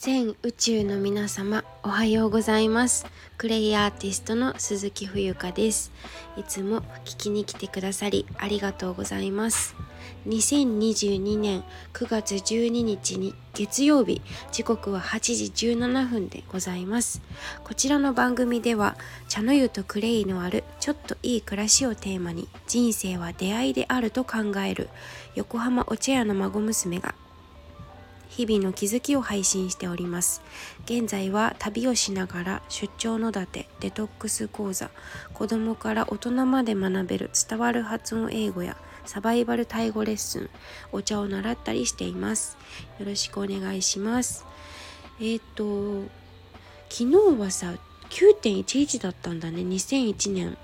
全宇宙の皆様、おはようございます。クレイアーティストの鈴木冬香です。いつも聞きに来てくださりありがとうございます。2022年9月12日に月曜日、時刻は8時17分でございます。こちらの番組では茶の湯とクレイのあるちょっといい暮らしをテーマに、人生は出会いであると考える横浜お茶屋の孫娘が日々の気づきを配信しております。現在は旅をしながら出張のだて、デトックス講座、子供から大人まで学べる伝わる発音英語やサバイバルタイ語レッスン、お茶を習ったりしています。よろしくお願いします。昨日はさ 9.11 だったんだね。2001年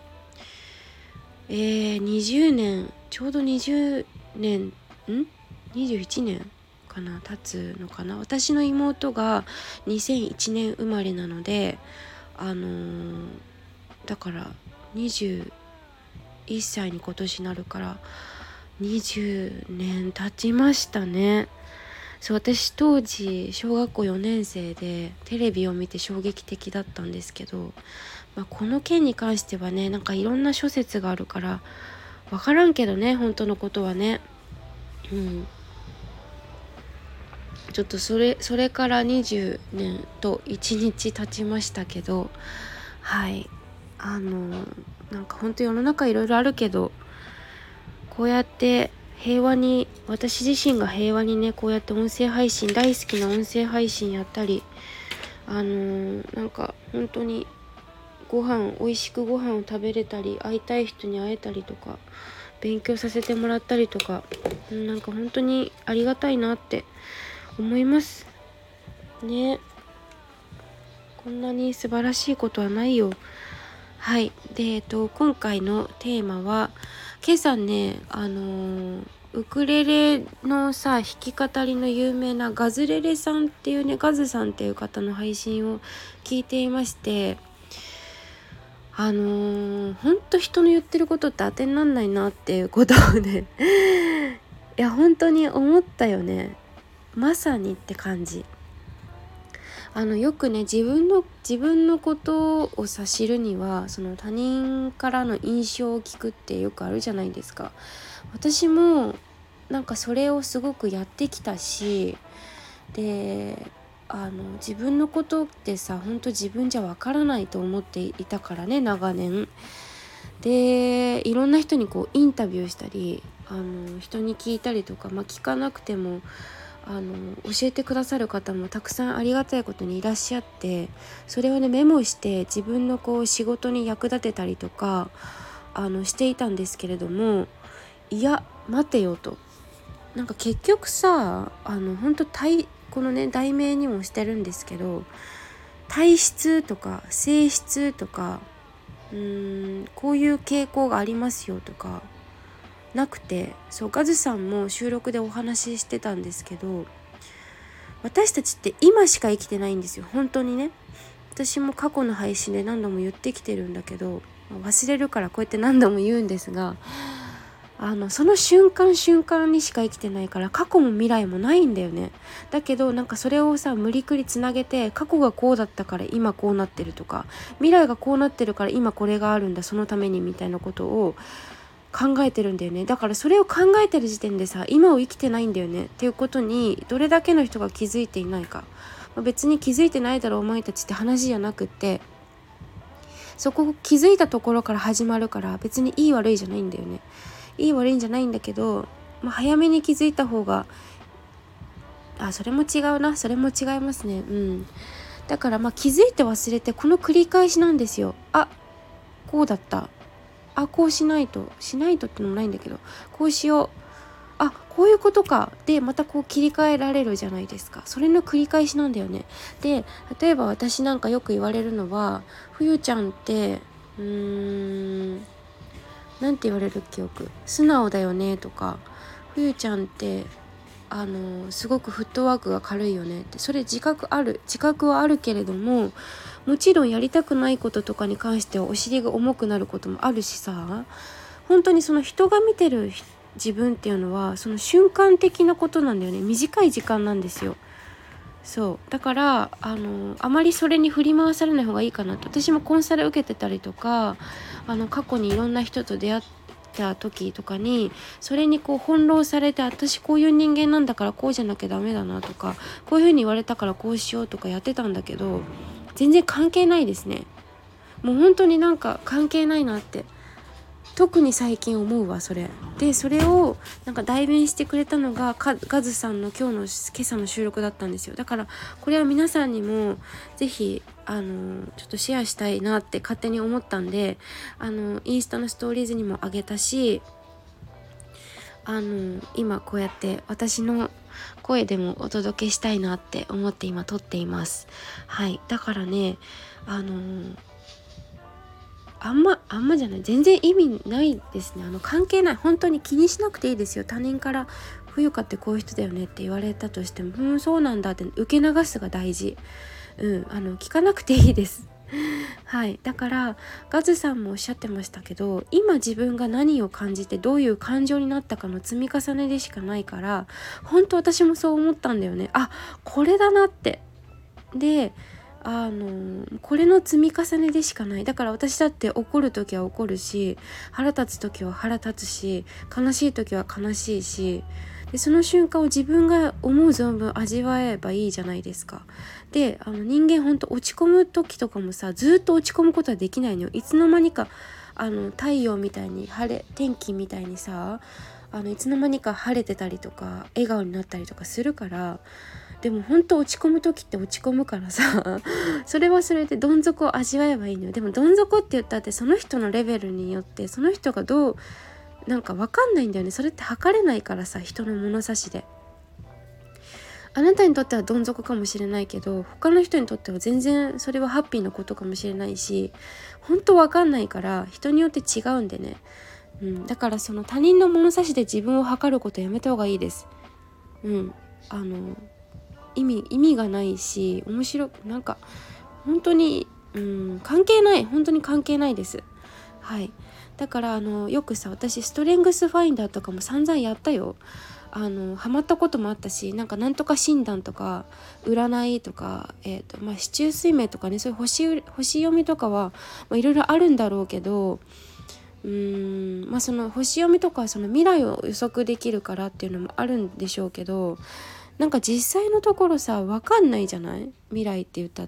20年ちょうど20年21年かな経つのかな。私の妹が2001年生まれなのでだから21歳に今年なるから20年経ちましたね。そう、私当時小学校4年生でテレビを見て衝撃的だったんですけど、この件に関してはね、なんかいろんな諸説があるから分からんけどね、本当のことはね。ちょっとそれから20年と1日経ちましたけど、はいなんか本当世の中いろいろあるけど、こうやって平和に、私自身が平和にね、こうやって音声配信、大好きな音声配信やったり、なんか本当に美味しくご飯を食べれたり、会いたい人に会えたりとか、勉強させてもらったりとか、なんか本当にありがたいなって思いますね。こんなに素晴らしいことはないよ。はい。で、今回のテーマは、今朝ね、ウクレレのさ、弾き語りの有名なガズレレさんっていうね、ガズさんっていう方の配信を聞いていまして、ほんと人の言ってることって当てになんないなっていうことをねいや本当に思ったよね。まさにって感じ。よくね、自分のことをさ知るには、その他人からの印象を聞くってよくあるじゃないですか。私もなんかそれをすごくやってきたし、で自分のことってさ、本当自分じゃわからないと思っていたからね、長年。でいろんな人にこうインタビューしたり、人に聞いたりとか、聞かなくても教えてくださる方もたくさんありがたいことにいらっしゃって、それをねメモして自分のこう仕事に役立てたりとかしていたんですけれども、いや待てよと。なんか結局さ、本当このね題名にもしてるんですけど、体質とか性質とかこういう傾向がありますよとかなくて、そうガズさんも収録でお話ししてたんですけど、私たちって今しか生きてないんですよ、本当にね。私も過去の配信で何度も言ってきてるんだけど、忘れるからこうやって何度も言うんですが、その瞬間瞬間にしか生きてないから、過去も未来もないんだよね。だけどなんかそれをさ無理くりつなげて、過去がこうだったから今こうなってるとか、未来がこうなってるから今これがあるんだそのためにみたいなことを考えてるんだよね。だからそれを考えてる時点でさ、今を生きてないんだよねっていうことにどれだけの人が気づいていないか。別に気づいてないだろうお前たちって話じゃなくって、そこ気づいたところから始まるから、別にいい悪いじゃないんだよね。いい悪いんじゃないんだけど、早めに気づいた方が、それも違うな、それも違いますね。だから気づいて忘れて、この繰り返しなんですよ。こうだった、こうしないとってのもないんだけど、こうしよう、こういうことかで、またこう切り替えられるじゃないですか。それの繰り返しなんだよね。で、例えば私なんかよく言われるのは、冬ちゃんってなんて言われるっけ、よく素直だよねとか、冬ちゃんってすごくフットワークが軽いよねって。それ自覚はあるけれども、もちろんやりたくないこととかに関してはお尻が重くなることもあるしさ、本当にその人が見てる自分っていうのはその瞬間的なことなんだよね。短い時間なんですよ。 そうだからあまりそれに振り回されない方がいいかなと。私もコンサル受けてたりとか過去にいろんな人と出会った時とかにそれにこう翻弄されて、私こういう人間なんだからこうじゃなきゃダメだなとか、こういう風に言われたからこうしようとかやってたんだけど、全然関係ないですね。もう本当になんか関係ないなって特に最近思うわ。それでそれをなんか代弁してくれたのがガズさんの今朝の収録だったんですよ。だからこれは皆さんにもぜひちょっとシェアしたいなって勝手に思ったんで、インスタのストーリーズにもあげたし、今こうやって私の声でもお届けしたいなって思って今撮っています。はい、だからねあんまじゃない、全然意味ないですね。関係ない、本当に気にしなくていいですよ。他人から冬香ってこういう人だよねって言われたとしても、そうなんだって受け流すが大事。聞かなくていいですはい、だからガズさんもおっしゃってましたけど、今自分が何を感じてどういう感情になったかの積み重ねでしかないから、本当私もそう思ったんだよね。これだなって。でこれの積み重ねでしかない。だから私だって怒る時は怒るし、腹立つ時は腹立つし、悲しい時は悲しいし、でその瞬間を自分が思う存分味わえばいいじゃないですか。で人間ほんと落ち込む時とかもさ、ずっと落ち込むことはできないのよ。いつの間にか太陽みたいに天気みたいにさいつの間にか晴れてたりとか笑顔になったりとかするから。でも本当落ち込む時って落ち込むからさそれはそれでどん底を味わえばいいのよ。でもどん底って言ったってその人のレベルによってその人がどうなんか分かんないんだよね。それって測れないからさ、人の物差しで。あなたにとってはどん底かもしれないけど、他の人にとっては全然それはハッピーなことかもしれないし、本当分かんないから人によって違うんでね。だからその他人の物差しで自分を測ることやめた方がいいです。意味がないし、面白くなんか本当に関係ない、本当に関係ないです。はい、だからよくさ、私ストレングスファインダーとかも散々やったよ。ハマったこともあったし、なんとか診断とか占いとか四柱推命とかね、そういう星読みとかはいろいろあるんだろうけど、その星読みとかはその未来を予測できるからっていうのもあるんでしょうけど、なんか実際のところさ分かんないじゃない、未来って言ったって。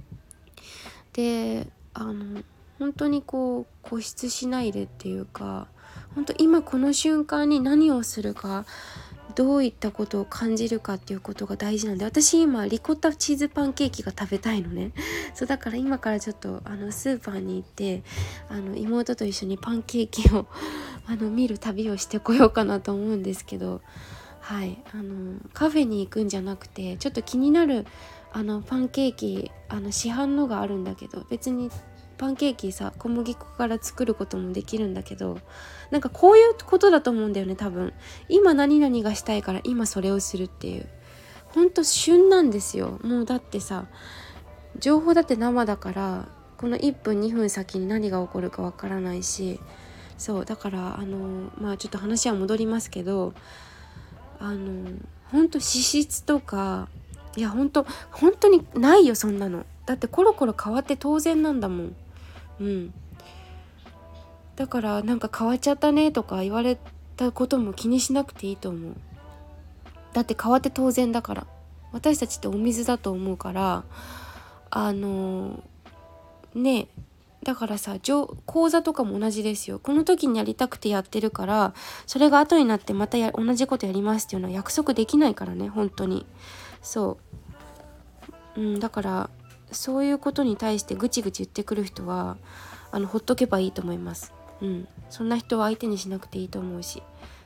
で本当にこう固執しないでっていうか、本当今この瞬間に何をするか、どういったことを感じるかっていうことが大事なんで、私今リコッタチーズパンケーキが食べたいのね。そうだから今からちょっとスーパーに行って妹と一緒にパンケーキを見る旅をしてこようかなと思うんですけど、はい、カフェに行くんじゃなくて、ちょっと気になるパンケーキ市販のがあるんだけど、別にパンケーキさ小麦粉から作ることもできるんだけど、なんかこういうことだと思うんだよね多分。今何々がしたいから今それをするっていう、ほんと旬なんですよ。もうだってさ、情報だって生だから、この1分2分先に何が起こるかわからないし、そうだからちょっと話は戻りますけど、ほんと脂質とか、いや本当にないよそんなの。だってコロコロ変わって当然なんだもん。だからなんか変わっちゃったねとか言われたことも気にしなくていいと思う。だって変わって当然だから。私たちってお水だと思うから、ね、だからさ、講座とかも同じですよ。この時にやりたくてやってるから、それが後になってまた同じことやりますっていうのは約束できないからね、本当に。そう、だからそういうことに対してぐちぐち言ってくる人はほっとけばいいと思います。そんな人は相手にしなくていいと思うし。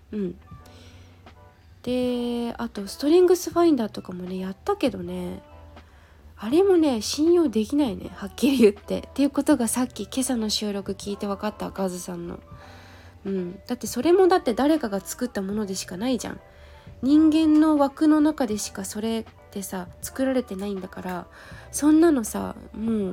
であとストレングスファインダーとかもねやったけどね、あれもね信用できないね、はっきり言っていうことがさっき今朝の収録聞いて分かった。ガズさんのだってそれもだって誰かが作ったものでしかないじゃん。人間の枠の中でしかそれってさ作られてないんだから、そんなのさもう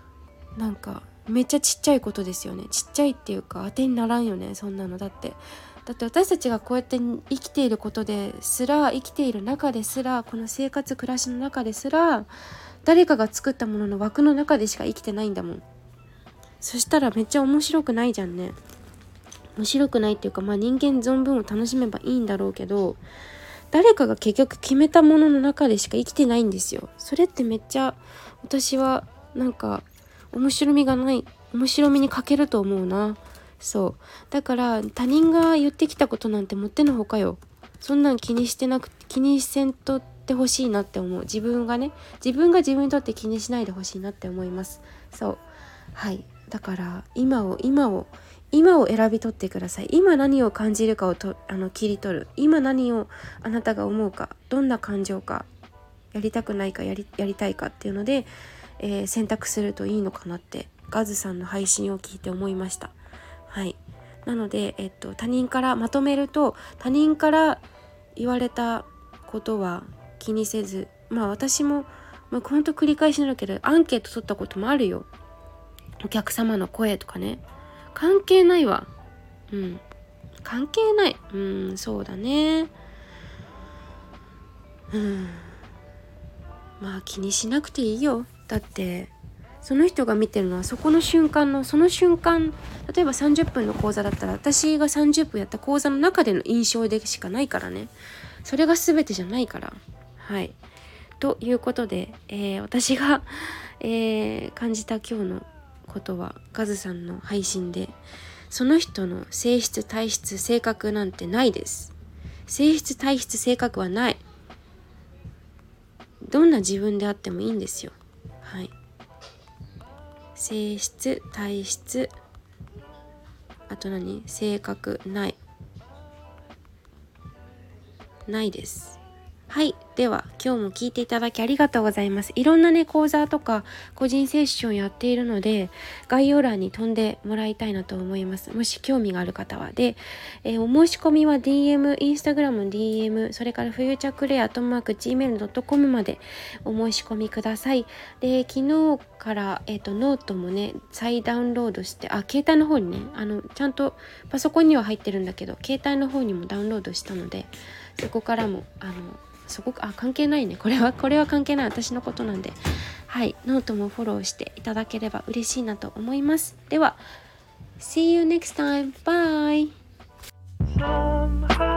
なんかめっちゃちっちゃいことですよね。ちっちゃいっていうか当てにならんよね、そんなの。だってだって私たちがこうやって生きていることですら、生きている中ですら、この生活暮らしの中ですら、誰かが作ったものの枠の中でしか生きてないんだもん。そしたらめっちゃ面白くないじゃんね。面白くないっていうか、人間存分を楽しめばいいんだろうけど、誰かが結局決めたものの中でしか生きてないんですよ。それってめっちゃ私はなんか面白みに欠けると思うな。そうだから他人が言ってきたことなんてもってのほかよ。そんなん気にせんとってほしいなって思う。自分が自分にとって気にしないでほしいなって思います。そうはい、だから今を選び取ってください。今何を感じるかを切り取る。今何をあなたが思うか、どんな感情か、やりたくないかやりたいかっていうので、選択するといいのかなってガズさんの配信を聞いて思いました。はい、なので、他人からまとめると、他人から言われたことは気にせず、私もほんと繰り返しになるけどアンケート取ったこともあるよ。お客様の声とかね、関係ないわ。関係ない。そうだね。気にしなくていいよ。だってその人が見てるのはその瞬間、例えば30分の講座だったら、私が30分やった講座の中での印象でしかないからね。それが全てじゃないから。はい、ということで、私が、感じた今日のことは、ガズさんの配信で、その人の性質、体質、性格なんてないです。性質、体質、性格はない。どんな自分であってもいいんですよ。はい、性質、体質、あと性格ないです。はい、では今日も聞いていただきありがとうございます。いろんな講座とか個人セッションやっているので、概要欄に飛んでもらいたいなと思います。もし興味がある方は。で、お申し込みは DM、インスタグラムの DM、それからフューチャークレア@gmail.com までお申し込みください。で、昨日から、ノートも再ダウンロードして、携帯の方にちゃんとパソコンには入ってるんだけど、携帯の方にもダウンロードしたので、そこからも関係ないね。これは関係ない、私のことなんで。はい、ノートもフォローしていただければ嬉しいなと思います。では See you next time. Bye.